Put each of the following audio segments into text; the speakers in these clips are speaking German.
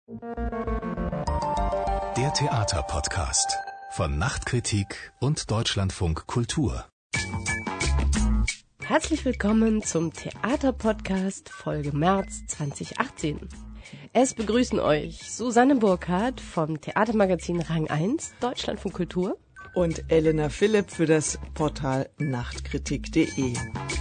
Der Theaterpodcast von Nachtkritik und Deutschlandfunk Kultur. Herzlich willkommen zum Theaterpodcast Folge März 2018. Es begrüßen euch Susanne Burkhardt vom Theatermagazin Rang 1 Deutschlandfunk Kultur und Elena Philipp für das Portal Nachtkritik.de.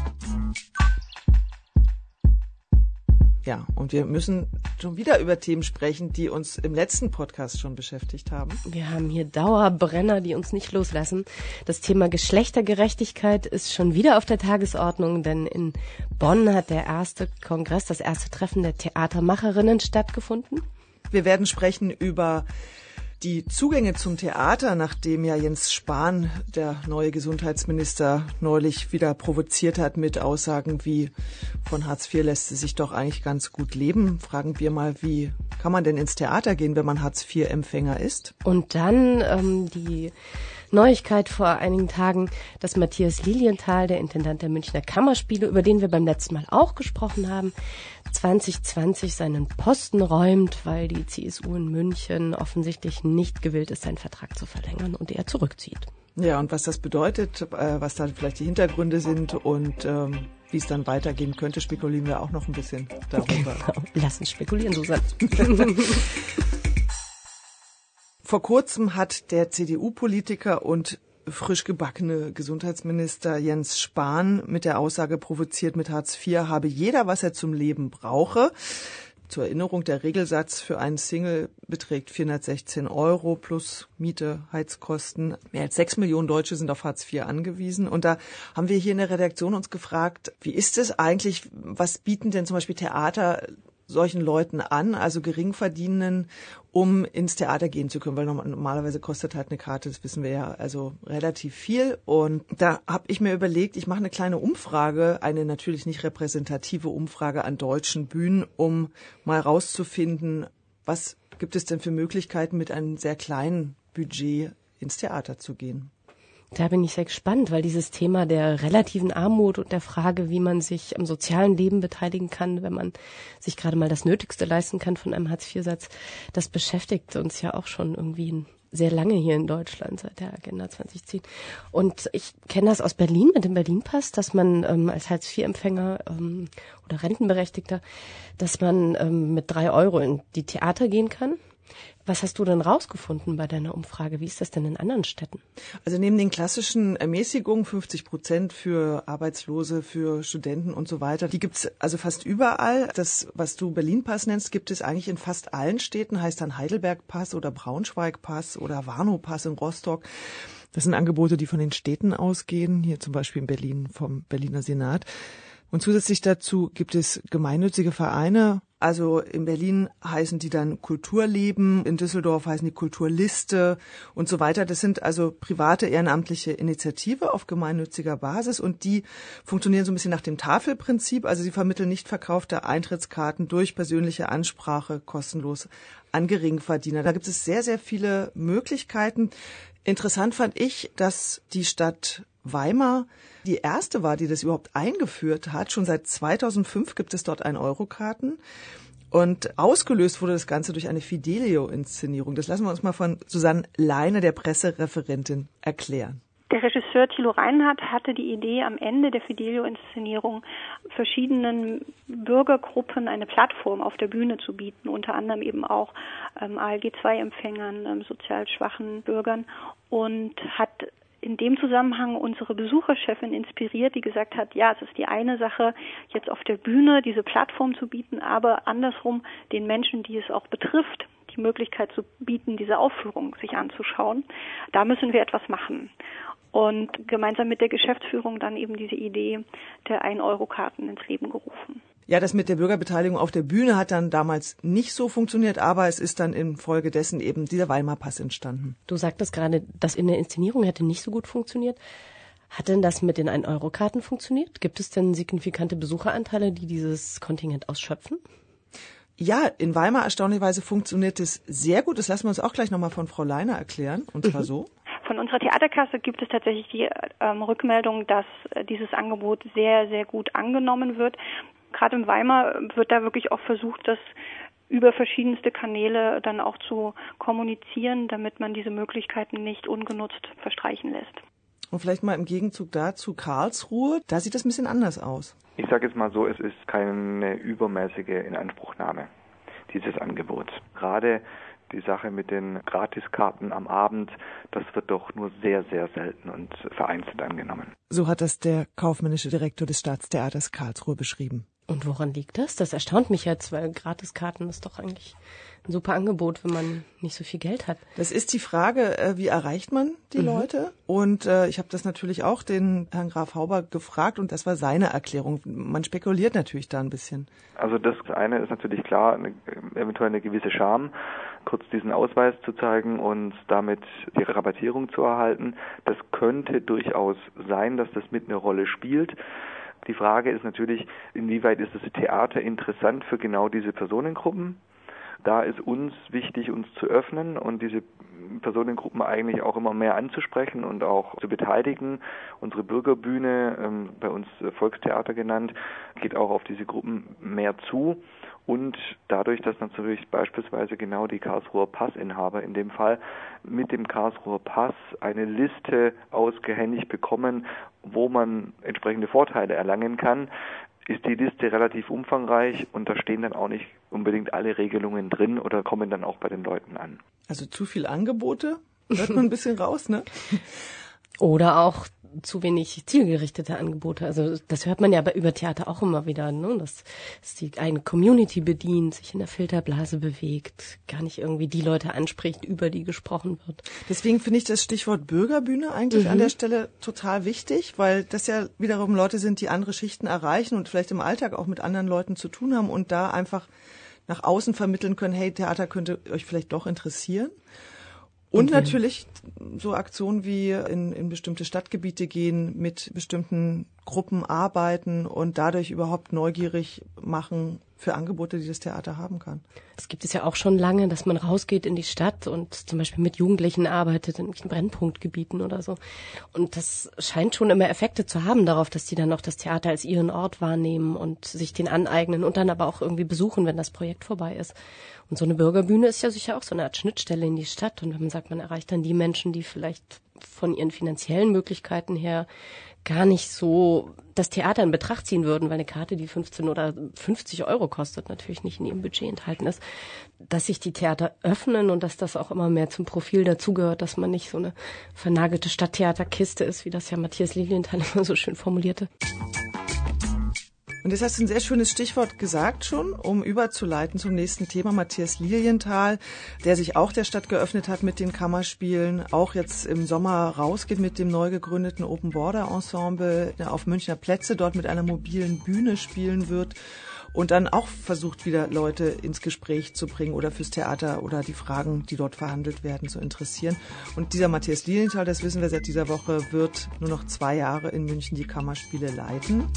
Ja, und wir müssen schon wieder über Themen sprechen, die uns im letzten Podcast schon beschäftigt haben. Wir haben hier Dauerbrenner, die uns nicht loslassen. Das Thema Geschlechtergerechtigkeit ist schon wieder auf der Tagesordnung, denn in Bonn hat der erste Kongress, das erste Treffen der Theatermacherinnen stattgefunden. Wir werden sprechen über die Zugänge zum Theater, nachdem ja Jens Spahn, der neue Gesundheitsminister, neulich wieder provoziert hat mit Aussagen wie, von Hartz IV lässt es sich doch eigentlich ganz gut leben. Fragen wir mal, wie kann man denn ins Theater gehen, wenn man Hartz IV-Empfänger ist? Und dann die Neuigkeit vor einigen Tagen, dass Matthias Lilienthal, der Intendant der Münchner Kammerspiele, über den wir beim letzten Mal auch gesprochen haben, 2020 seinen Posten räumt, weil die CSU in München offensichtlich nicht gewillt ist, seinen Vertrag zu verlängern und er zurückzieht. Ja, und was das bedeutet, was da vielleicht die Hintergründe sind und wie es dann weitergehen könnte, spekulieren wir auch noch ein bisschen darüber. Genau. Lass uns spekulieren, Susanne. Vor kurzem hat der CDU-Politiker und frisch gebackene Gesundheitsminister Jens Spahn mit der Aussage provoziert, mit Hartz IV habe jeder, was er zum Leben brauche. Zur Erinnerung, der Regelsatz für einen Single beträgt 416 € plus Miete, Heizkosten. Mehr als 6 Millionen Deutsche sind auf Hartz IV angewiesen. Und da haben wir hier in der Redaktion uns gefragt, wie ist es eigentlich, was bieten denn zum Beispiel Theater solchen Leuten an, also Geringverdienenden, um ins Theater gehen zu können, weil normalerweise kostet halt eine Karte, das wissen wir ja, also relativ viel. Und da habe ich mir überlegt, ich mache eine kleine Umfrage, eine natürlich nicht repräsentative Umfrage an deutschen Bühnen, um mal rauszufinden, was gibt es denn für Möglichkeiten, mit einem sehr kleinen Budget ins Theater zu gehen. Da bin ich sehr gespannt, weil dieses Thema der relativen Armut und der Frage, wie man sich am sozialen Leben beteiligen kann, wenn man sich gerade mal das Nötigste leisten kann von einem Hartz-IV-Satz, das beschäftigt uns ja auch schon irgendwie sehr lange hier in Deutschland seit der Agenda 2010. Und ich kenne das aus Berlin mit dem Berlin-Pass, dass man als Hartz-IV-Empfänger oder Rentenberechtigter, dass man mit 3 € in die Theater gehen kann. Was hast du denn rausgefunden bei deiner Umfrage? Wie ist das denn in anderen Städten? Also neben den klassischen Ermäßigungen, 50% für Arbeitslose, für Studenten und so weiter, die gibt's also fast überall. Das, was du Berlin-Pass nennst, gibt es eigentlich in fast allen Städten, heißt dann Heidelberg-Pass oder Braunschweig-Pass oder Warnow-Pass in Rostock. Das sind Angebote, die von den Städten ausgehen, hier zum Beispiel in Berlin vom Berliner Senat. Und zusätzlich dazu gibt es gemeinnützige Vereine. Also in Berlin heißen die dann Kulturleben, in Düsseldorf heißen die Kulturliste und so weiter. Das sind also private ehrenamtliche Initiative auf gemeinnütziger Basis und die funktionieren so ein bisschen nach dem Tafelprinzip. Also sie vermitteln nicht verkaufte Eintrittskarten durch persönliche Ansprache kostenlos an Geringverdiener. Da gibt es sehr, sehr viele Möglichkeiten. Interessant fand ich, dass die Stadt Weimar die erste war, die das überhaupt eingeführt hat. Schon seit 2005 gibt es dort 1-Euro-Karten. Und ausgelöst wurde das Ganze durch eine Fidelio-Inszenierung. Das lassen wir uns mal von Susanne Leine, der Pressereferentin, erklären. Der Regisseur Thilo Reinhardt hatte die Idee, am Ende der Fidelio-Inszenierung verschiedenen Bürgergruppen eine Plattform auf der Bühne zu bieten, unter anderem eben auch ALG-II-Empfängern, sozial schwachen Bürgern, und hat in dem Zusammenhang unsere Besucherchefin inspiriert, die gesagt hat, ja, es ist die eine Sache, jetzt auf der Bühne diese Plattform zu bieten, aber andersrum den Menschen, die es auch betrifft, die Möglichkeit zu bieten, diese Aufführung sich anzuschauen. Da müssen wir etwas machen. Und gemeinsam mit der Geschäftsführung dann eben diese Idee der 1-Euro-Karten ins Leben gerufen. Ja, das mit der Bürgerbeteiligung auf der Bühne hat dann damals nicht so funktioniert, aber es ist dann infolgedessen eben dieser Weimar-Pass entstanden. Du sagtest gerade, das in der Inszenierung hätte nicht so gut funktioniert. Hat denn das mit den 1-Euro-Karten funktioniert? Gibt es denn signifikante Besucheranteile, die dieses Kontingent ausschöpfen? Ja, in Weimar erstaunlicherweise funktioniert es sehr gut. Das lassen wir uns auch gleich nochmal von Frau Leiner erklären. Und zwar so. Von unserer Theaterkasse gibt es tatsächlich die Rückmeldung, dass dieses Angebot sehr, sehr gut angenommen wird. Gerade in Weimar wird da wirklich auch versucht, das über verschiedenste Kanäle dann auch zu kommunizieren, damit man diese Möglichkeiten nicht ungenutzt verstreichen lässt. Und vielleicht mal im Gegenzug dazu Karlsruhe, da sieht das ein bisschen anders aus. Ich sage jetzt mal so, es ist keine übermäßige Inanspruchnahme dieses Angebots. Gerade die Sache mit den Gratiskarten am Abend, das wird doch nur sehr, sehr selten und vereinzelt angenommen. So hat das der kaufmännische Direktor des Staatstheaters Karlsruhe beschrieben. Und woran liegt das? Das erstaunt mich jetzt, weil Gratiskarten ist doch eigentlich ein super Angebot, wenn man nicht so viel Geld hat. Das ist die Frage, wie erreicht man die Leute? Und ich habe das natürlich auch den Herrn Graf Hauber gefragt und das war seine Erklärung. Man spekuliert natürlich da ein bisschen. Also das eine ist natürlich klar, eventuell eine gewisse Scham, kurz diesen Ausweis zu zeigen und damit die Rabattierung zu erhalten. Das könnte durchaus sein, dass das mit einer Rolle spielt. Die Frage ist natürlich, inwieweit ist das Theater interessant für genau diese Personengruppen? Da ist uns wichtig, uns zu öffnen und diese Personengruppen eigentlich auch immer mehr anzusprechen und auch zu beteiligen. Unsere Bürgerbühne, bei uns Volkstheater genannt, geht auch auf diese Gruppen mehr zu. Und dadurch, dass natürlich beispielsweise genau die Karlsruher Passinhaber in dem Fall mit dem Karlsruher Pass eine Liste ausgehändigt bekommen, wo man entsprechende Vorteile erlangen kann, ist die Liste relativ umfangreich und da stehen dann auch nicht unbedingt alle Regelungen drin oder kommen dann auch bei den Leuten an. Also zu viel Angebote, hört man ein bisschen raus, ne? Oder auch zu wenig zielgerichtete Angebote. Also das hört man ja über Theater auch immer wieder, ne? Dass die eine Community bedient, sich in der Filterblase bewegt, gar nicht irgendwie die Leute anspricht, über die gesprochen wird. Deswegen finde ich das Stichwort Bürgerbühne eigentlich an der Stelle total wichtig, weil das ja wiederum Leute sind, die andere Schichten erreichen und vielleicht im Alltag auch mit anderen Leuten zu tun haben und da einfach nach außen vermitteln können, hey, Theater könnte euch vielleicht doch interessieren. Und natürlich so Aktionen wie in bestimmte Stadtgebiete gehen, mit bestimmten Gruppen arbeiten und dadurch überhaupt neugierig machen für Angebote, die das Theater haben kann. Es gibt es ja auch schon lange, dass man rausgeht in die Stadt und zum Beispiel mit Jugendlichen arbeitet in irgendwelchen Brennpunktgebieten oder so. Und das scheint schon immer Effekte zu haben darauf, dass die dann auch das Theater als ihren Ort wahrnehmen und sich den aneignen und dann aber auch irgendwie besuchen, wenn das Projekt vorbei ist. Und so eine Bürgerbühne ist ja sicher auch so eine Art Schnittstelle in die Stadt. Und wenn man sagt, man erreicht dann die Menschen, die vielleicht von ihren finanziellen Möglichkeiten her gar nicht so das Theater in Betracht ziehen würden, weil eine Karte, die 15 oder 50 Euro kostet, natürlich nicht in ihrem Budget enthalten ist, dass sich die Theater öffnen und dass das auch immer mehr zum Profil dazugehört, dass man nicht so eine vernagelte Stadttheaterkiste ist, wie das ja Matthias Lilienthal immer so schön formulierte. Und jetzt hast du ein sehr schönes Stichwort gesagt schon, um überzuleiten zum nächsten Thema. Matthias Lilienthal, der sich auch der Stadt geöffnet hat mit den Kammerspielen, auch jetzt im Sommer rausgeht mit dem neu gegründeten Open Border Ensemble auf Münchner Plätze, dort mit einer mobilen Bühne spielen wird und dann auch versucht, wieder Leute ins Gespräch zu bringen oder fürs Theater oder die Fragen, die dort verhandelt werden, zu interessieren. Und dieser Matthias Lilienthal, das wissen wir seit dieser Woche, wird nur noch 2 Jahre in München die Kammerspiele leiten.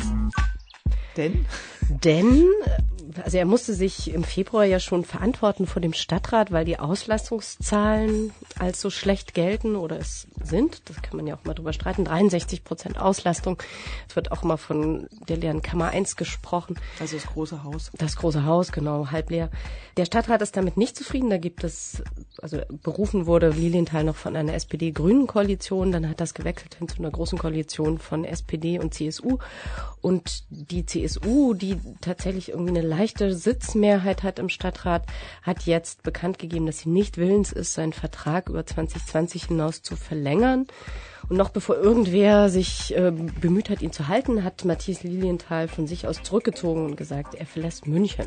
Denn, also er musste sich im Februar ja schon verantworten vor dem Stadtrat, weil die Auslastungszahlen als so schlecht gelten oder es sind. Das kann man ja auch mal drüber streiten. 63% Auslastung. Es wird auch immer von der leeren Kammer 1 gesprochen. Also das große Haus. Das große Haus, genau, halb leer. Der Stadtrat ist damit nicht zufrieden. Da gibt es, also berufen wurde Lilienthal noch von einer SPD-Grünen-Koalition. Dann hat das gewechselt hin zu einer großen Koalition von SPD und CSU. Und die CSU, die tatsächlich irgendwie eine leichte Sitzmehrheit hat im Stadtrat, hat jetzt bekannt gegeben, dass sie nicht willens ist, seinen Vertrag über 2020 hinaus zu verlängern. Und noch bevor irgendwer sich bemüht hat, ihn zu halten, hat Matthias Lilienthal von sich aus zurückgezogen und gesagt, er verlässt München.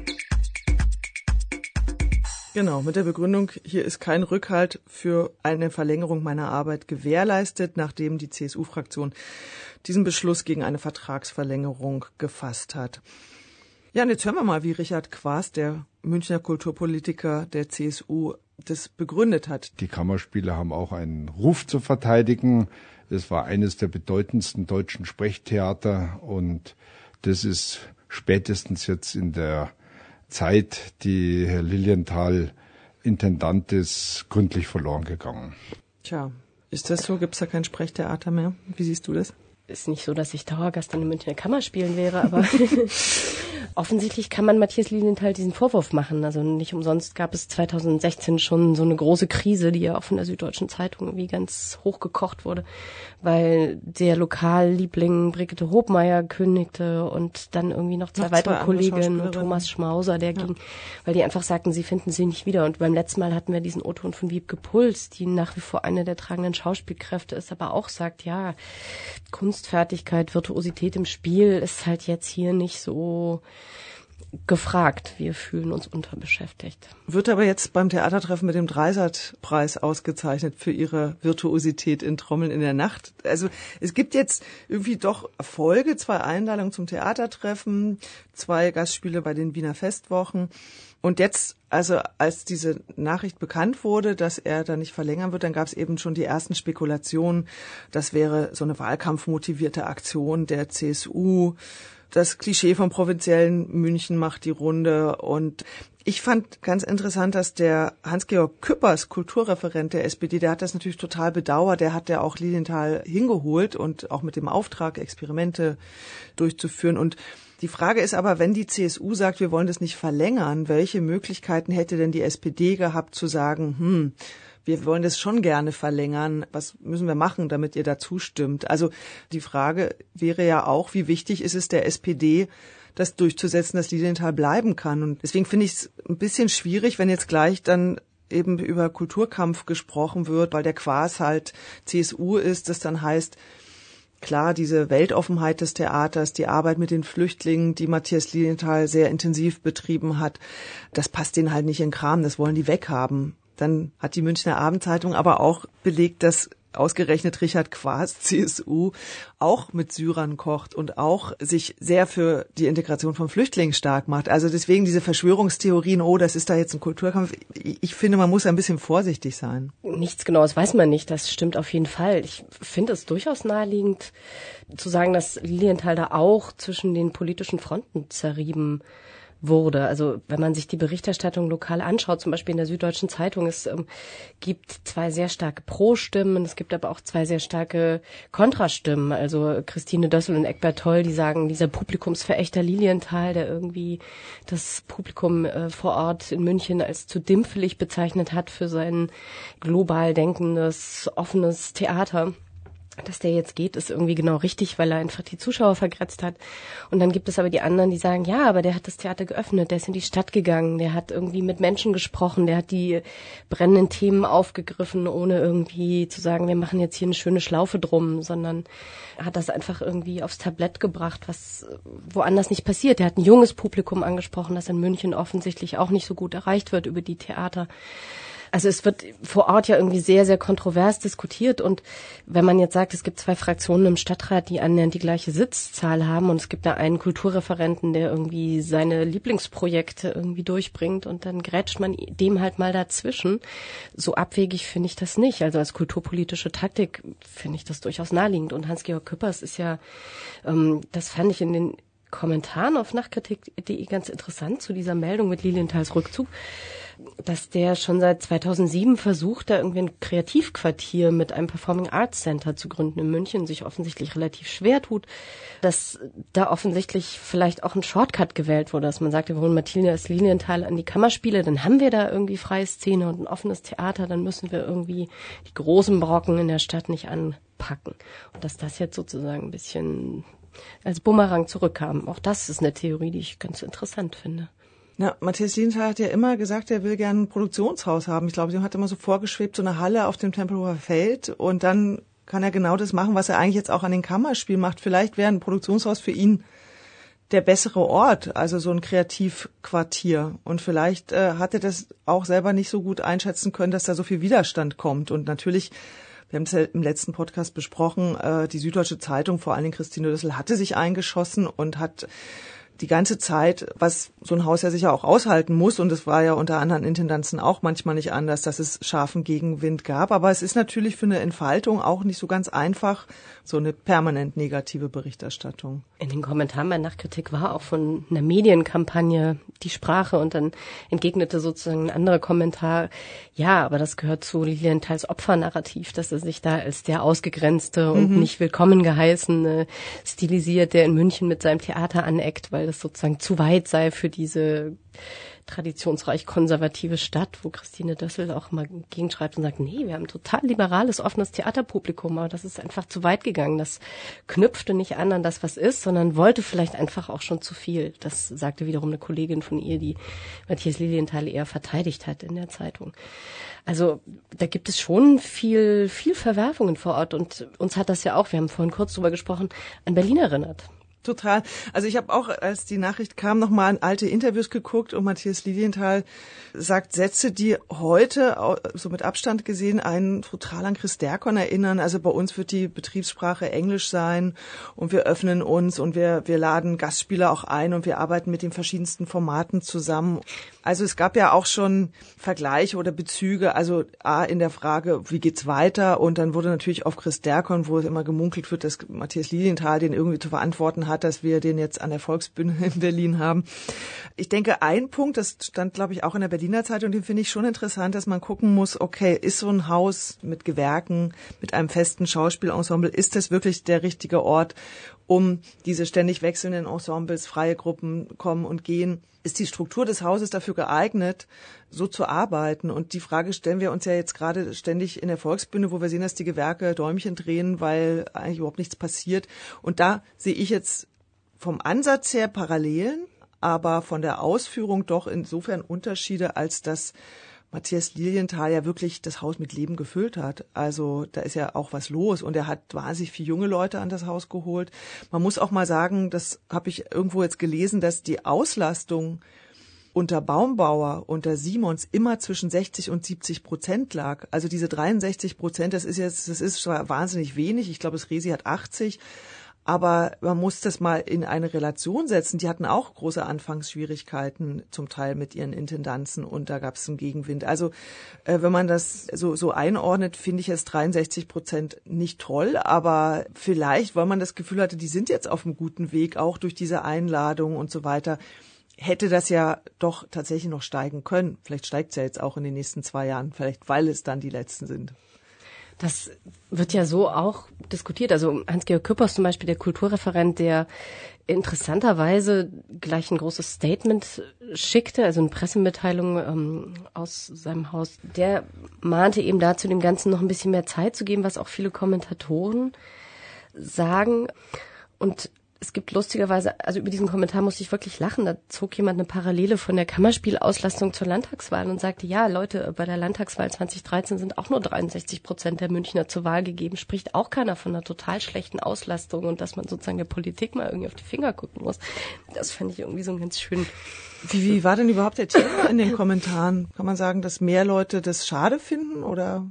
Genau, mit der Begründung, hier ist kein Rückhalt für eine Verlängerung meiner Arbeit gewährleistet, nachdem die CSU-Fraktion diesen Beschluss gegen eine Vertragsverlängerung gefasst hat. Ja, und jetzt hören wir mal, wie Richard Quaas, der Münchner Kulturpolitiker der CSU, das begründet hat. Die Kammerspiele haben auch einen Ruf zu verteidigen. Es war eines der bedeutendsten deutschen Sprechtheater und das ist spätestens jetzt in der Zeit, die Herr Lilienthal Intendant ist, gründlich verloren gegangen. Tja, ist das so? Gibt's da kein Sprechtheater mehr? Wie siehst du das? ist nicht so, dass ich Dauergast an den Münchner Kammerspielen wäre, aber offensichtlich kann man Matthias Lilienthal diesen Vorwurf machen. Also nicht umsonst gab es 2016 schon so eine große Krise, die ja auch von der Süddeutschen Zeitung irgendwie ganz hochgekocht wurde, weil der Lokalliebling Brigitte Hobmeier kündigte und dann irgendwie noch zwei weitere Kolleginnen und Thomas Schmauser, der ging, weil die einfach sagten, sie finden sie nicht wieder. Und beim letzten Mal hatten wir diesen O-Ton von Wiebke Puls, die nach wie vor eine der tragenden Schauspielkräfte ist, aber auch sagt, ja, Kunstfertigkeit, Virtuosität im Spiel ist halt jetzt hier nicht so gefragt. Wir fühlen uns unterbeschäftigt. Wird aber jetzt beim Theatertreffen mit dem Dreisat-Preis ausgezeichnet für ihre Virtuosität in Trommeln in der Nacht. Also es gibt jetzt irgendwie doch Erfolge, 2 Einladungen zum Theatertreffen, 2 Gastspiele bei den Wiener Festwochen. Und jetzt, also als diese Nachricht bekannt wurde, dass er da nicht verlängern wird, dann gab es eben schon die ersten Spekulationen. Das wäre so eine wahlkampfmotivierte Aktion der CSU. Das Klischee vom provinziellen München macht die Runde. Und ich fand ganz interessant, dass der Hans-Georg Küppers, Kulturreferent der SPD, der hat das natürlich total bedauert. Der hat ja auch Lilienthal hingeholt und auch mit dem Auftrag, Experimente durchzuführen. Und die Frage ist aber, wenn die CSU sagt, wir wollen das nicht verlängern, welche Möglichkeiten hätte denn die SPD gehabt zu sagen, wir wollen das schon gerne verlängern, was müssen wir machen, damit ihr da zustimmt? Also die Frage wäre ja auch, wie wichtig ist es der SPD, das durchzusetzen, dass Lilienthal bleiben kann. Und deswegen finde ich es ein bisschen schwierig, wenn jetzt gleich dann eben über Kulturkampf gesprochen wird, weil der Quas halt CSU ist, das dann heißt, klar, diese Weltoffenheit des Theaters, die Arbeit mit den Flüchtlingen, die Matthias Lilienthal sehr intensiv betrieben hat, das passt denen halt nicht in den Kram, das wollen die weghaben. Dann hat die Münchner Abendzeitung aber auch belegt, dass ausgerechnet Richard Quas, CSU, auch mit Syrern kocht und auch sich sehr für die Integration von Flüchtlingen stark macht. Also deswegen diese Verschwörungstheorien, das ist da jetzt ein Kulturkampf. Ich finde, man muss ein bisschen vorsichtig sein. Nichts Genaues weiß man nicht, das stimmt auf jeden Fall. Ich finde es durchaus naheliegend zu sagen, dass Lilienthal da auch zwischen den politischen Fronten zerrieben wurde. Also wenn man sich die Berichterstattung lokal anschaut, zum Beispiel in der Süddeutschen Zeitung, es gibt 2 sehr starke Pro-Stimmen, es gibt aber auch 2 sehr starke Kontrastimmen. Also Christine Dössel und Eckbert Toll, die sagen, dieser Publikumsverächter Lilienthal, der irgendwie das Publikum vor Ort in München als zu dimpfelig bezeichnet hat für sein global denkendes, offenes Theater. Dass der jetzt geht, ist irgendwie genau richtig, weil er einfach die Zuschauer vergrätzt hat. Und dann gibt es aber die anderen, die sagen, ja, aber der hat das Theater geöffnet, der ist in die Stadt gegangen, der hat irgendwie mit Menschen gesprochen, der hat die brennenden Themen aufgegriffen, ohne irgendwie zu sagen, wir machen jetzt hier eine schöne Schlaufe drum, sondern hat das einfach irgendwie aufs Tablett gebracht, was woanders nicht passiert. Der hat ein junges Publikum angesprochen, das in München offensichtlich auch nicht so gut erreicht wird über die Theater. Also es wird vor Ort ja irgendwie sehr, sehr kontrovers diskutiert und wenn man jetzt sagt, es gibt 2 Fraktionen im Stadtrat, die annähernd die gleiche Sitzzahl haben und es gibt da einen Kulturreferenten, der irgendwie seine Lieblingsprojekte irgendwie durchbringt und dann grätscht man dem halt mal dazwischen. So abwegig finde ich das nicht. Also als kulturpolitische Taktik finde ich das durchaus naheliegend und Hans-Georg Küppers ist ja, das fand ich in den Kommentaren auf Nachtkritik.de ganz interessant zu dieser Meldung mit Lilienthals Rückzug, dass der schon seit 2007 versucht, da irgendwie ein Kreativquartier mit einem Performing Arts Center zu gründen in München, sich offensichtlich relativ schwer tut, dass da offensichtlich vielleicht auch ein Shortcut gewählt wurde, dass man sagt, wir holen Matthias Lilienthal an die Kammerspiele, dann haben wir da irgendwie freie Szene und ein offenes Theater, dann müssen wir irgendwie die großen Brocken in der Stadt nicht anpacken. Und dass das jetzt sozusagen ein bisschen als Bumerang zurückkam. Auch das ist eine Theorie, die ich ganz interessant finde. Na, Matthias Lilienthal hat ja immer gesagt, er will gerne ein Produktionshaus haben. Ich glaube, dem hat immer so vorgeschwebt, so eine Halle auf dem Tempelhofer Feld. Und dann kann er genau das machen, was er eigentlich jetzt auch an den Kammerspielen macht. Vielleicht wäre ein Produktionshaus für ihn der bessere Ort, also so ein Kreativquartier. Und vielleicht hat er das auch selber nicht so gut einschätzen können, dass da so viel Widerstand kommt. Und natürlich, wir haben es ja im letzten Podcast besprochen, die Süddeutsche Zeitung, vor allen Dingen Christine Dössel, hatte sich eingeschossen und hat die ganze Zeit, was so ein Haus ja sicher auch aushalten muss, und es war ja unter anderen Intendanzen auch manchmal nicht anders, dass es scharfen Gegenwind gab. Aber es ist natürlich für eine Entfaltung auch nicht so ganz einfach, so eine permanent negative Berichterstattung. In den Kommentaren bei Nachtkritik war auch von einer Medienkampagne die Sprache, und dann entgegnete sozusagen ein anderer Kommentar, ja, aber das gehört zu Lilienthals Opfernarrativ, dass er sich da als der Ausgegrenzte und nicht willkommen geheißen stilisiert, der in München mit seinem Theater aneckt, weil das sozusagen zu weit sei für diese traditionsreich konservative Stadt, wo Christine Dössel auch mal gegenschreibt und sagt, nee, wir haben ein total liberales, offenes Theaterpublikum, aber das ist einfach zu weit gegangen. Das knüpfte nicht an das, was ist, sondern wollte vielleicht einfach auch schon zu viel. Das sagte wiederum eine Kollegin von ihr, die Matthias Lilienthal eher verteidigt hat in der Zeitung. Also da gibt es schon viel Verwerfungen vor Ort, und uns hat das ja auch, wir haben vorhin kurz drüber gesprochen, an Berlin erinnert. Total. Also ich habe auch, als die Nachricht kam, nochmal an alte Interviews geguckt, und Matthias Lilienthal sagt Sätze, die heute, so mit Abstand gesehen, einen total an Chris Dercon erinnern. Also bei uns wird die Betriebssprache Englisch sein, und wir öffnen uns, und wir laden Gastspieler auch ein, und wir arbeiten mit den verschiedensten Formaten zusammen. Also es gab ja auch schon Vergleiche oder Bezüge, also in der Frage, wie geht's weiter, und dann wurde natürlich auf Chris Dercon, wo es immer gemunkelt wird, dass Matthias Lilienthal den irgendwie zu verantworten hat, dass wir den jetzt an der Volksbühne in Berlin haben. Ich denke, ein Punkt, das stand, glaube ich, auch in der Berliner Zeitung, den finde ich schon interessant, dass man gucken muss, okay, ist so ein Haus mit Gewerken, mit einem festen Schauspielensemble, ist das wirklich der richtige Ort, um diese ständig wechselnden Ensembles, freie Gruppen kommen und gehen? Ist die Struktur des Hauses dafür geeignet, so zu arbeiten? Und die Frage stellen wir uns ja jetzt gerade ständig in der Volksbühne, wo wir sehen, dass die Gewerke Däumchen drehen, weil eigentlich überhaupt nichts passiert. Und da sehe ich jetzt vom Ansatz her Parallelen, aber von der Ausführung doch insofern Unterschiede, als dass Matthias Lilienthal ja wirklich das Haus mit Leben gefüllt hat. Also da ist ja auch was los, und er hat wahnsinnig viele junge Leute an das Haus geholt. Man muss auch mal sagen, das habe ich irgendwo jetzt gelesen, dass die Auslastung unter Baumbauer, unter Simons immer zwischen 60% und 70% lag. Also diese 63%, das ist zwar wahnsinnig wenig. Ich glaube, das Resi hat 80%. Aber man muss das mal in eine Relation setzen. Die hatten auch große Anfangsschwierigkeiten, zum Teil mit ihren Intendanzen, und da gab es einen Gegenwind. Also wenn man das so einordnet, finde ich jetzt 63% nicht toll, aber vielleicht, weil man das Gefühl hatte, die sind jetzt auf einem guten Weg, auch durch diese Einladung und so weiter, hätte das ja doch tatsächlich noch steigen können. Vielleicht steigt es ja jetzt auch in den nächsten 2 Jahren, vielleicht weil es dann die letzten sind. Das wird ja so auch diskutiert. Also Hans-Georg Küppers zum Beispiel, der Kulturreferent, der interessanterweise gleich ein großes Statement schickte, also eine Pressemitteilung aus seinem Haus, der mahnte eben dazu, dem Ganzen noch ein bisschen mehr Zeit zu geben, was auch viele Kommentatoren sagen. Und es gibt lustigerweise, also über diesen Kommentar musste ich wirklich lachen, da zog jemand eine Parallele von der Kammerspielauslastung zur Landtagswahl und sagte, ja Leute, bei der Landtagswahl 2013 sind auch nur 63% der Münchner zur Wahl gegeben, spricht auch keiner von einer total schlechten Auslastung und dass man sozusagen der Politik mal irgendwie auf die Finger gucken muss. Das fand ich irgendwie so einen ganz schönen... Wie war denn überhaupt der Thema in den Kommentaren? Kann man sagen, dass mehr Leute das schade finden, oder...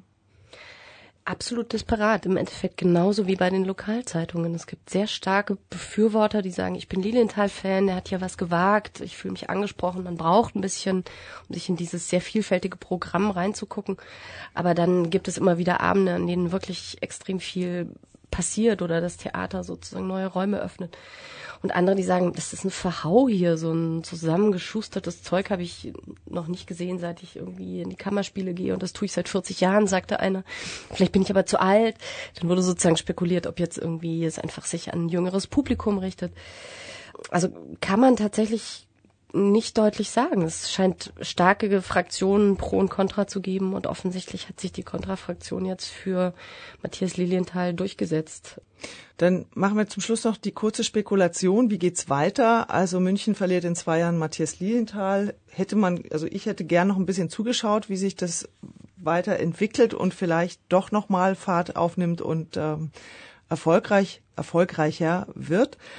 Absolut disparat, im Endeffekt genauso wie bei den Lokalzeitungen. Es gibt sehr starke Befürworter, die sagen, ich bin Lilienthal-Fan, der hat hier was gewagt, ich fühle mich angesprochen, man braucht ein bisschen, um sich in dieses sehr vielfältige Programm reinzugucken. Aber dann gibt es immer wieder Abende, an denen wirklich extrem viel passiert oder das Theater sozusagen neue Räume öffnet. Und andere, die sagen, das ist ein Verhau hier, so ein zusammengeschustertes Zeug habe ich noch nicht gesehen, seit ich irgendwie in die Kammerspiele gehe und das tue ich seit 40 Jahren, sagte einer. Vielleicht bin ich aber zu alt. Dann wurde sozusagen spekuliert, ob jetzt irgendwie es einfach sich an ein jüngeres Publikum richtet. Also kann man tatsächlich nicht deutlich sagen. Es scheint starke Fraktionen pro und contra zu geben und offensichtlich hat sich die Kontrafraktion jetzt für Matthias Lilienthal durchgesetzt. Dann machen wir zum Schluss noch die kurze Spekulation. Wie geht's weiter? Also München verliert in 2 Jahren Matthias Lilienthal. Ich hätte gern noch ein bisschen zugeschaut, wie sich das weiterentwickelt und vielleicht doch nochmal Fahrt aufnimmt und erfolgreicher wird.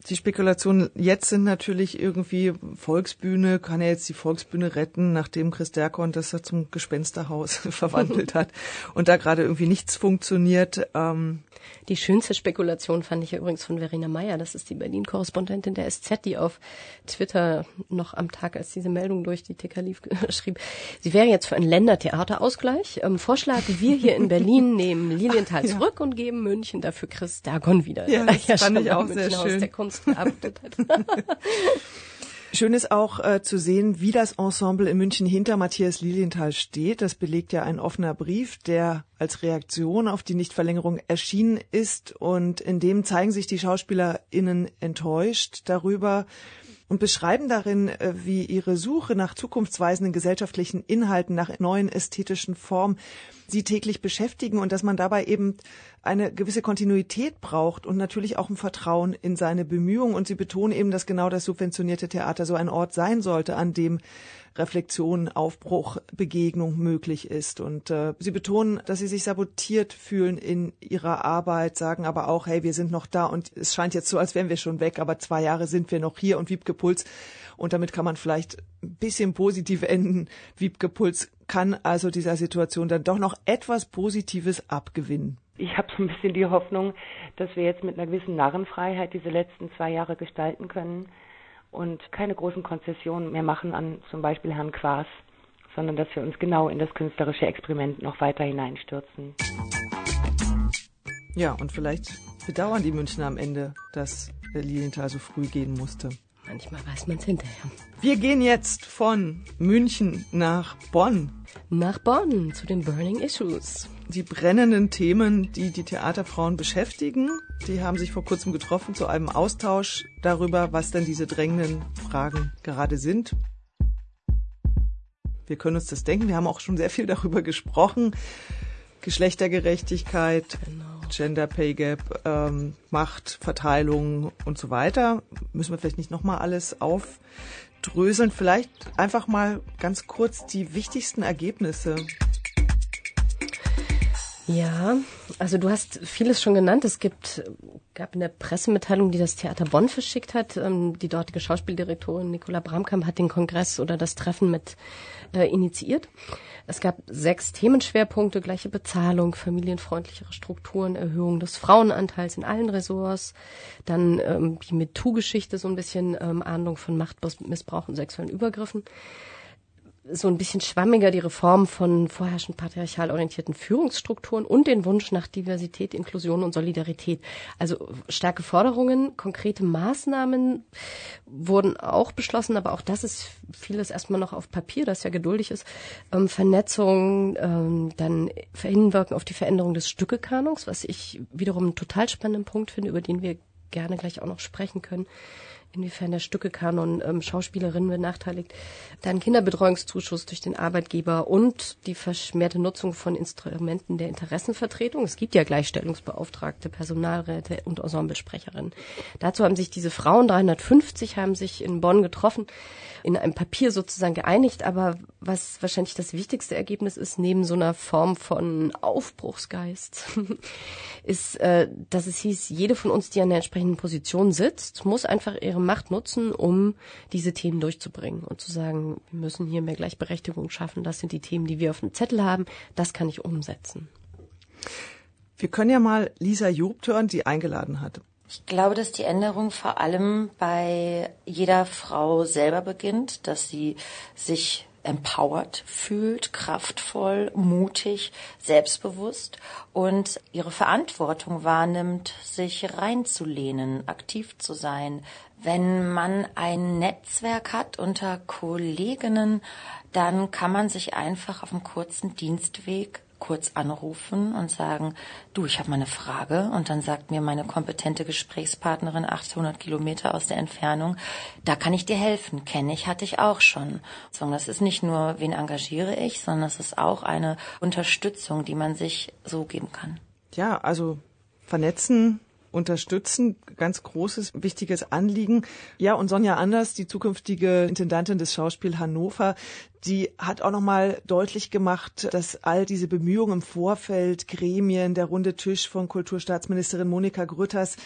Die Spekulationen jetzt sind natürlich irgendwie Volksbühne, kann er jetzt die Volksbühne retten, nachdem Chris Dercon das zum Gespensterhaus verwandelt hat und da gerade irgendwie nichts funktioniert. Die schönste Spekulation fand ich ja übrigens von Verena Meyer, das ist die Berlin-Korrespondentin der SZ, die auf Twitter noch am Tag, als diese Meldung durch die TK lief, schrieb, sie wäre jetzt für einen Ländertheaterausgleich. Vorschlag, wir hier in Berlin nehmen Lilienthal zurück und geben München dafür Chris Dercon wieder. Ja, das fand ich auch sehr schön. Der Kunst gearbeitet hat. Schön ist auch zu sehen, wie das Ensemble in München hinter Matthias Lilienthal steht. Das belegt ja ein offener Brief, der als Reaktion auf die Nichtverlängerung erschienen ist. Und in dem zeigen sich die SchauspielerInnen enttäuscht darüber und beschreiben darin, wie ihre Suche nach zukunftsweisenden gesellschaftlichen Inhalten, nach neuen ästhetischen Formen sie täglich beschäftigen und dass man dabei eben eine gewisse Kontinuität braucht und natürlich auch ein Vertrauen in seine Bemühungen. Und sie betonen eben, dass genau das subventionierte Theater so ein Ort sein sollte, an dem Reflexion, Aufbruch, Begegnung möglich ist. Und sie betonen, dass sie sich sabotiert fühlen in ihrer Arbeit, sagen aber auch, hey, wir sind noch da und es scheint jetzt so, als wären wir schon weg, aber 2 Jahre sind wir noch hier und Wiebke Puls. Und damit kann man vielleicht ein bisschen positiv enden. Wiebke Puls kann also dieser Situation dann doch noch etwas Positives abgewinnen. Ich habe so ein bisschen die Hoffnung, dass wir jetzt mit einer gewissen Narrenfreiheit diese letzten 2 Jahre gestalten können und keine großen Konzessionen mehr machen an zum Beispiel Herrn Quaas, sondern dass wir uns genau in das künstlerische Experiment noch weiter hineinstürzen. Ja, und vielleicht bedauern die Münchner am Ende, dass Lilienthal so früh gehen musste. Manchmal weiß man es hinterher. Wir gehen jetzt von München nach Bonn. Nach Bonn zu den Burning Issues. Die brennenden Themen, die die Theaterfrauen beschäftigen, die haben sich vor kurzem getroffen zu einem Austausch darüber, was denn diese drängenden Fragen gerade sind. Wir können uns das denken, wir haben auch schon sehr viel darüber gesprochen. Geschlechtergerechtigkeit, genau. Gender Pay Gap, Macht, Verteilung und so weiter. Müssen wir vielleicht nicht nochmal alles aufdröseln. Vielleicht einfach mal ganz kurz die wichtigsten Ergebnisse. Ja, also du hast vieles schon genannt. Es gab eine Pressemitteilung, die das Theater Bonn verschickt hat. Die dortige Schauspieldirektorin Nicola Bramkamp hat den Kongress oder das Treffen mit initiiert. Es gab 6 Themenschwerpunkte: gleiche Bezahlung, familienfreundlichere Strukturen, Erhöhung des Frauenanteils in allen Ressorts, dann die MeToo-Geschichte, so ein bisschen Ahndung von Machtmissbrauch und sexuellen Übergriffen. So ein bisschen schwammiger die Reform von vorherrschend patriarchal orientierten Führungsstrukturen und den Wunsch nach Diversität, Inklusion und Solidarität. Also starke Forderungen, konkrete Maßnahmen wurden auch beschlossen, aber auch das ist vieles erstmal noch auf Papier, das ja geduldig ist. Vernetzung, dann hinwirken auf die Veränderung des Stückekanons, was ich wiederum einen total spannenden Punkt finde, über den wir gerne gleich auch noch sprechen können. Inwiefern der Stückekanon Schauspielerinnen benachteiligt. Dann Kinderbetreuungszuschuss durch den Arbeitgeber und die vermehrte Nutzung von Instrumenten der Interessenvertretung. Es gibt ja Gleichstellungsbeauftragte, Personalräte und Ensemblesprecherinnen. Dazu haben sich diese Frauen, 350, haben sich in Bonn getroffen, in einem Papier sozusagen geeinigt. Aber was wahrscheinlich das wichtigste Ergebnis ist, neben so einer Form von Aufbruchsgeist, ist, dass es hieß, jede von uns, die an der entsprechenden Position sitzt, muss einfach ihre Macht nutzen, um diese Themen durchzubringen und zu sagen, wir müssen hier mehr Gleichberechtigung schaffen, das sind die Themen, die wir auf dem Zettel haben, das kann ich umsetzen. Wir können ja mal Lisa Jobt hören, die eingeladen hat. Ich glaube, dass die Änderung vor allem bei jeder Frau selber beginnt, dass sie sich empowered fühlt, kraftvoll, mutig, selbstbewusst und ihre Verantwortung wahrnimmt, sich reinzulehnen, aktiv zu sein. Wenn man ein Netzwerk hat unter Kolleginnen, dann kann man sich einfach auf einem kurzen Dienstweg kurz anrufen und sagen, du, ich habe mal eine Frage, und dann sagt mir meine kompetente Gesprächspartnerin 800 Kilometer aus der Entfernung, da kann ich dir helfen, kenne ich, hatte ich auch schon. Das ist nicht nur, wen engagiere ich, sondern es ist auch eine Unterstützung, die man sich so geben kann. Ja, also vernetzen, unterstützen, ganz großes, wichtiges Anliegen. Ja, und Sonja Anders, die zukünftige Intendantin des Schauspiel Hannover, die hat auch nochmal deutlich gemacht, dass all diese Bemühungen im Vorfeld, Gremien, der runde Tisch von Kulturstaatsministerin Monika Grütters,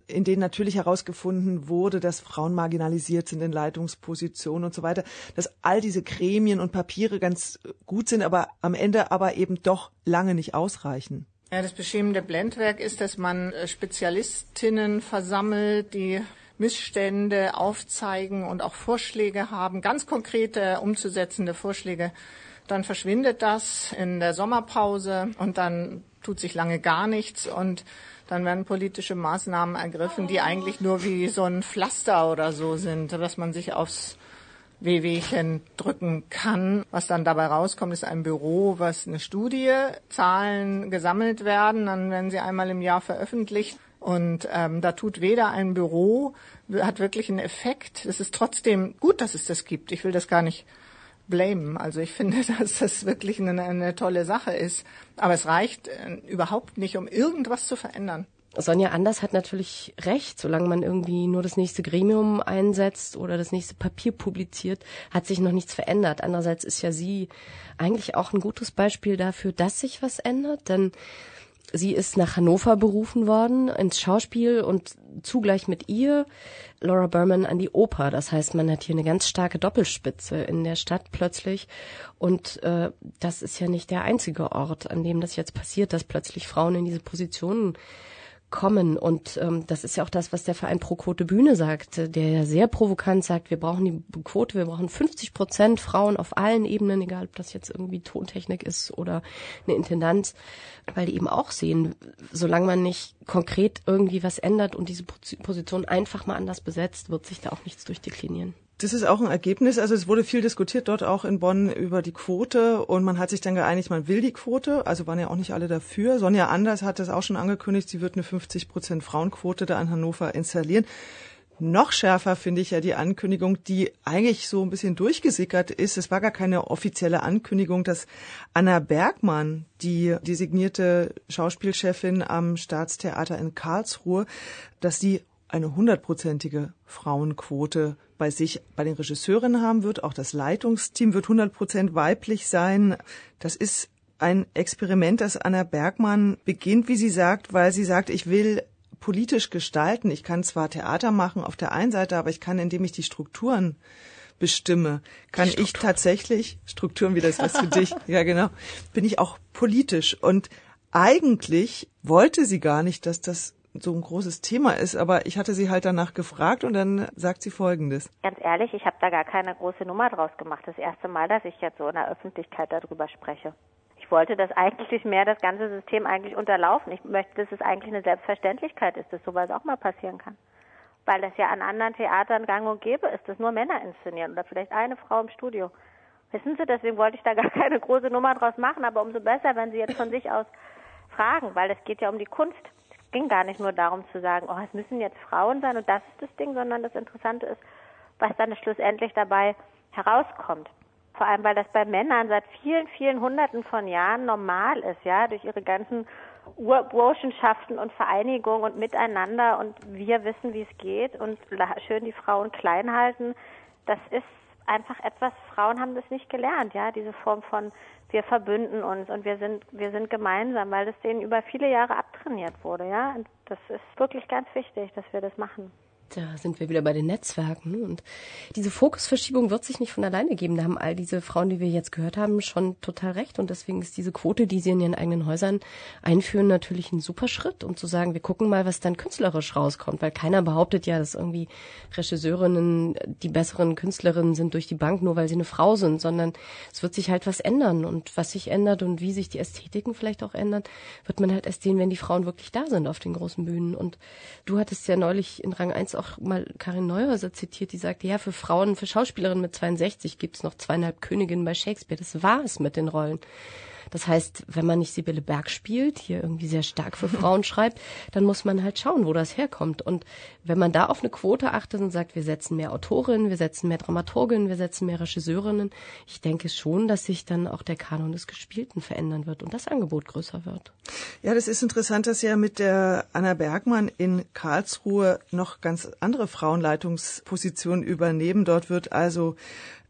in denen natürlich herausgefunden wurde, dass Frauen marginalisiert sind in Leitungspositionen und so weiter, dass all diese Gremien und Papiere ganz gut sind, aber am Ende aber eben doch lange nicht ausreichen. Ja, das beschämende Blendwerk ist, dass man Spezialistinnen versammelt, die Missstände aufzeigen und auch Vorschläge haben, ganz konkrete umzusetzende Vorschläge. Dann verschwindet das in der Sommerpause und dann tut sich lange gar nichts und dann werden politische Maßnahmen ergriffen, die eigentlich nur wie so ein Pflaster oder so sind, dass man sich aufs Wehwehchen drücken kann. Was dann dabei rauskommt, ist ein Büro, was eine Studie, Zahlen gesammelt werden, dann werden sie einmal im Jahr veröffentlicht. Und da tut weder ein Büro, hat wirklich einen Effekt. Es ist trotzdem gut, dass es das gibt. Ich will das gar nicht blamen. Also ich finde, dass das wirklich eine tolle Sache ist. Aber es reicht überhaupt nicht, um irgendwas zu verändern. Sonja Anders hat natürlich recht, solange man irgendwie nur das nächste Gremium einsetzt oder das nächste Papier publiziert, hat sich noch nichts verändert. Andererseits ist ja sie eigentlich auch ein gutes Beispiel dafür, dass sich was ändert, denn sie ist nach Hannover berufen worden ins Schauspiel und zugleich mit ihr Laura Berman an die Oper. Das heißt, man hat hier eine ganz starke Doppelspitze in der Stadt plötzlich. Und das ist ja nicht der einzige Ort, an dem das jetzt passiert, dass plötzlich Frauen in diese Positionen kommen. Und das ist ja auch das, was der Verein Pro Quote Bühne sagt, der ja sehr provokant sagt, wir brauchen die Quote, wir brauchen 50% Frauen auf allen Ebenen, egal ob das jetzt irgendwie Tontechnik ist oder eine Intendanz, weil die eben auch sehen, solange man nicht konkret irgendwie was ändert und diese Position einfach mal anders besetzt, wird sich da auch nichts durchdeklinieren. Das ist auch ein Ergebnis. Also es wurde viel diskutiert dort auch in Bonn über die Quote und man hat sich dann geeinigt, man will die Quote. Also waren ja auch nicht alle dafür. Sonja Anders hat das auch schon angekündigt, sie wird eine 50% Frauenquote da in Hannover installieren. Noch schärfer finde ich ja die Ankündigung, die eigentlich so ein bisschen durchgesickert ist. Es war gar keine offizielle Ankündigung, dass Anna Bergmann, die designierte Schauspielchefin am Staatstheater in Karlsruhe, dass sie eine 100%ige Frauenquote bei sich, bei den Regisseurinnen haben wird. Auch das Leitungsteam wird 100% weiblich sein. Das ist ein Experiment, das Anna Bergmann beginnt, wie sie sagt, weil sie sagt, ich will politisch gestalten. Ich kann zwar Theater machen auf der einen Seite, aber ich kann, indem ich die Strukturen bestimme, kann ich tatsächlich, Strukturen, wie das was für dich, ja genau, bin ich auch politisch. Und eigentlich wollte sie gar nicht, dass das so ein großes Thema ist, aber ich hatte sie halt danach gefragt und dann sagt sie Folgendes. Ganz ehrlich, ich habe da gar keine große Nummer draus gemacht. Das erste Mal, dass ich jetzt so in der Öffentlichkeit darüber spreche. Ich wollte das eigentlich mehr, das ganze System eigentlich unterlaufen. Ich möchte, dass es eigentlich eine Selbstverständlichkeit ist, dass sowas auch mal passieren kann. Weil das ja an anderen Theatern gang und gäbe ist, dass nur Männer inszenieren oder vielleicht eine Frau im Studio. Wissen Sie, deswegen wollte ich da gar keine große Nummer draus machen, aber umso besser, wenn Sie jetzt von sich aus fragen, weil es geht ja um die Kunst. Es ging gar nicht nur darum zu sagen, oh, es müssen jetzt Frauen sein und das ist das Ding, sondern das Interessante ist, was dann schlussendlich dabei herauskommt. Vor allem, weil das bei Männern seit vielen, vielen Hunderten von Jahren normal ist, ja, durch ihre ganzen Burschenschaften und Vereinigungen und Miteinander und wir wissen, wie es geht und schön die Frauen klein halten. Das ist einfach etwas, Frauen haben das nicht gelernt, ja, diese Form von wir verbünden uns und wir sind gemeinsam, weil das denen über viele Jahre abtrainiert wurde, ja. Und das ist wirklich ganz wichtig, dass wir das machen. Da sind wir wieder bei den Netzwerken. Und diese Fokusverschiebung wird sich nicht von alleine geben. Da haben all diese Frauen, die wir jetzt gehört haben, schon total recht. Und deswegen ist diese Quote, die sie in ihren eigenen Häusern einführen, natürlich ein super Schritt, um zu sagen, wir gucken mal, was dann künstlerisch rauskommt. Weil keiner behauptet ja, dass irgendwie Regisseurinnen die besseren Künstlerinnen sind durch die Bank, nur weil sie eine Frau sind, sondern es wird sich halt was ändern. Und was sich ändert und wie sich die Ästhetiken vielleicht auch ändern, wird man halt erst sehen, wenn die Frauen wirklich da sind auf den großen Bühnen. Und du hattest ja neulich in Rang 1 auch mal Karin Neuhäuser zitiert, die sagte, ja, für Frauen, für Schauspielerinnen mit 62 gibt's noch 2,5 Königinnen bei Shakespeare. Das war es mit den Rollen. Das heißt, wenn man nicht Sibylle Berg spielt, hier irgendwie sehr stark für Frauen schreibt, dann muss man halt schauen, wo das herkommt. Und wenn man da auf eine Quote achtet und sagt, wir setzen mehr Autorinnen, wir setzen mehr Dramaturginnen, wir setzen mehr Regisseurinnen, ich denke schon, dass sich dann auch der Kanon des Gespielten verändern wird und das Angebot größer wird. Ja, das ist interessant, dass ja mit der Anna Bergmann in Karlsruhe noch ganz andere Frauenleitungspositionen übernehmen. Dort wird also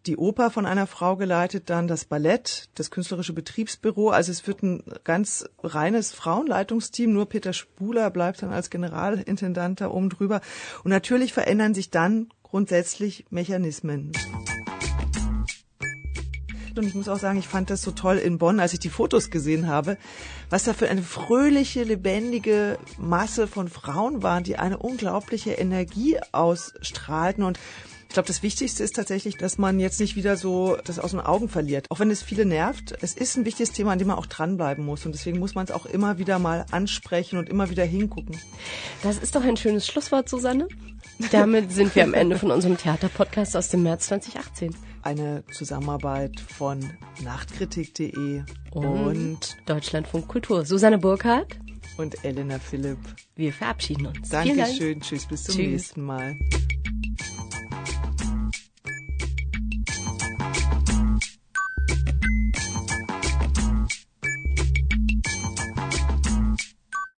die Oper von einer Frau geleitet, dann das Ballett, das künstlerische Betriebsbüro. Also es wird ein ganz reines Frauenleitungsteam, nur Peter Spuler bleibt dann als Generalintendant da oben drüber. Und natürlich verändern sich dann grundsätzlich Mechanismen. Und ich muss auch sagen, ich fand das so toll in Bonn, als ich die Fotos gesehen habe, was da für eine fröhliche, lebendige Masse von Frauen waren, die eine unglaubliche Energie ausstrahlten. Und ich glaube, das Wichtigste ist tatsächlich, dass man jetzt nicht wieder so das aus den Augen verliert. Auch wenn es viele nervt, es ist ein wichtiges Thema, an dem man auch dranbleiben muss. Und deswegen muss man es auch immer wieder mal ansprechen und immer wieder hingucken. Das ist doch ein schönes Schlusswort, Susanne. Damit sind wir am Ende von unserem Theaterpodcast aus dem März 2018. Eine Zusammenarbeit von nachtkritik.de und Deutschlandfunk Kultur. Susanne Burkhardt und Elena Philipp. Wir verabschieden uns. Dankeschön. Tschüss, bis zum nächsten Mal.